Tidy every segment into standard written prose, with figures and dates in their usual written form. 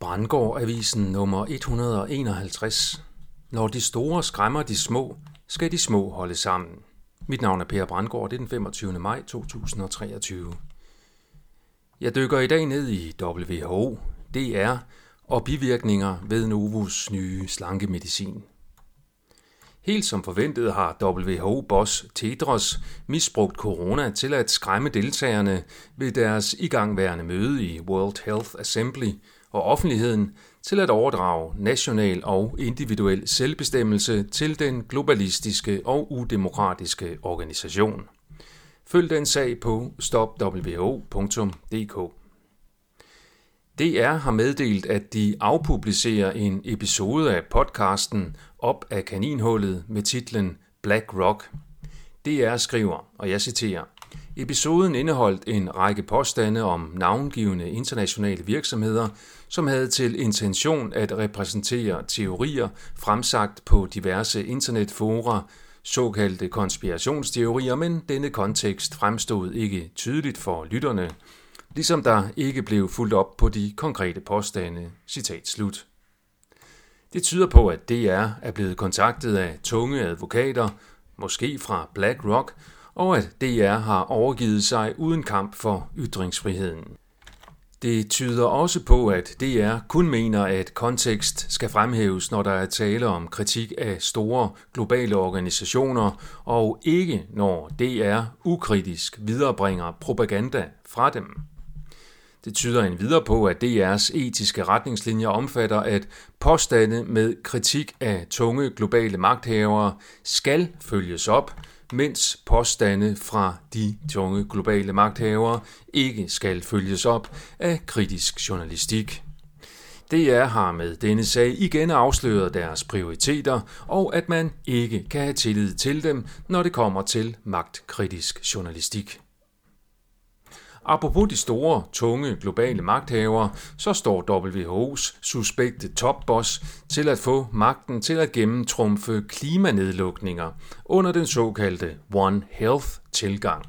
Brandgård-avisen nummer 151. Når de store skræmmer de små, skal de små holde sammen. Mit navn er Per Brandgård, det er den 25. maj 2023. Jeg dykker i dag ned i WHO, DR og bivirkninger ved Novos nye slankemedicin. Helt som forventet har WHO-boss Tedros misbrugt corona til at skræmme deltagerne ved deres igangværende møde i World Health Assembly og offentligheden til at overdrage national og individuel selvbestemmelse til den globalistiske og udemokratiske organisation. Følg den sag på stopwho.dk. DR har meddelt, at de afpublicerer en episode af podcasten Op af kaninhullet med titlen Black Rock. DR skriver, og jeg citerer, episoden indeholdt en række påstande om navngivne internationale virksomheder, som havde til intention at repræsentere teorier fremsagt på diverse internetfora, såkaldte konspirationsteorier, men denne kontekst fremstod ikke tydeligt for lytterne, ligesom der ikke blev fulgt op på de konkrete påstande. Citat slut. Det tyder på, at DR er blevet kontaktet af tunge advokater, måske fra Black Rock, og at DR har overgivet sig uden kamp for ytringsfriheden. Det tyder også på, at DR kun mener, at kontekst skal fremhæves, når der er tale om kritik af store globale organisationer, og ikke når DR ukritisk viderebringer propaganda fra dem. Det tyder endvidere på, at DR's etiske retningslinjer omfatter, at påstande med kritik af tunge globale magthavere skal følges op, mens påstande fra de tunge globale magthavere ikke skal følges op af kritisk journalistik. DR har med denne sag igen afsløret deres prioriteter, og at man ikke kan have tillid til dem, når det kommer til magtkritisk journalistik. Apropos de store, tunge globale magthavere, så står WHO's suspekte topboss til at få magten til at gennemtrumfe klimanedlukninger under den såkaldte One Health-tilgang.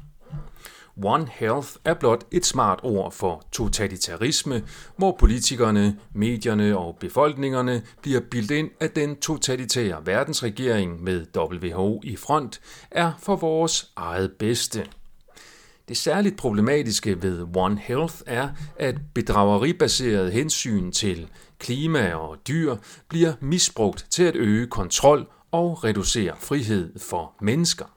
One Health er blot et smart ord for totalitarisme, hvor politikerne, medierne og befolkningerne bliver bildt ind, at den totalitære verdensregering med WHO i front er for vores eget bedste. Det særligt problematiske ved One Health er, at bedrageribaseret hensyn til klima og dyr bliver misbrugt til at øge kontrol og reducere frihed for mennesker.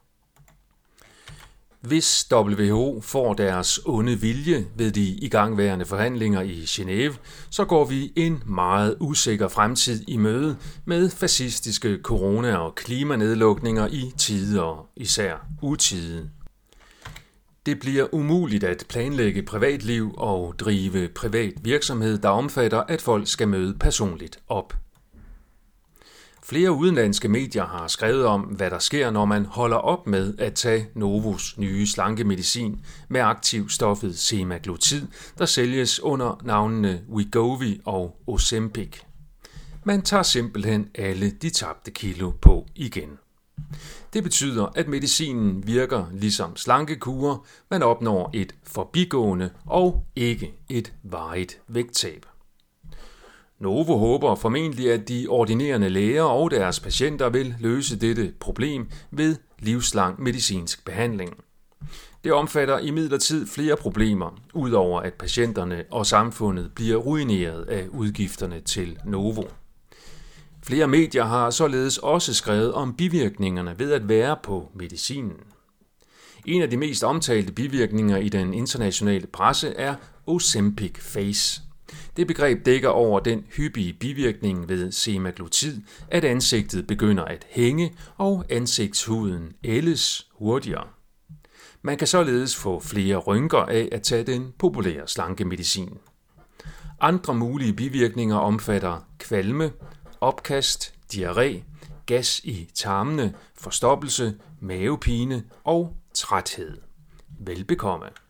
Hvis WHO får deres onde vilje ved de igangværende forhandlinger i Genève, så går vi en meget usikker fremtid i møde med fascistiske corona- og klimanedlukninger i tide og især utide. Det bliver umuligt at planlægge privatliv og drive privat virksomhed, der omfatter, at folk skal møde personligt op. Flere udenlandske medier har skrevet om, hvad der sker, når man holder op med at tage Novos nye slankemedicin med aktivstoffet semaglutid, der sælges under navnene Wegovy og Ozempic. Man tager simpelthen alle de tabte kilo på igen. Det betyder, at medicinen virker ligesom slankekure, man opnår et forbigående og ikke et varigt vægttab. Novo håber formentlig, at de ordinerende læger og deres patienter vil løse dette problem ved livslang medicinsk behandling. Det omfatter imidlertid flere problemer, udover at patienterne og samfundet bliver ruineret af udgifterne til Novo. Flere medier har således også skrevet om bivirkningerne ved at være på medicinen. En af de mest omtalte bivirkninger i den internationale presse er Ozempic Face. Det begreb dækker over den hyppige bivirkning ved semaglutid, at ansigtet begynder at hænge og ansigtshuden ældes hurtigere. Man kan således få flere rynker af at tage den populære slankemedicin. Andre mulige bivirkninger omfatter kvalme, opkast, diarré, gas i tarmene, forstoppelse, mavepine og træthed. Velbekomme.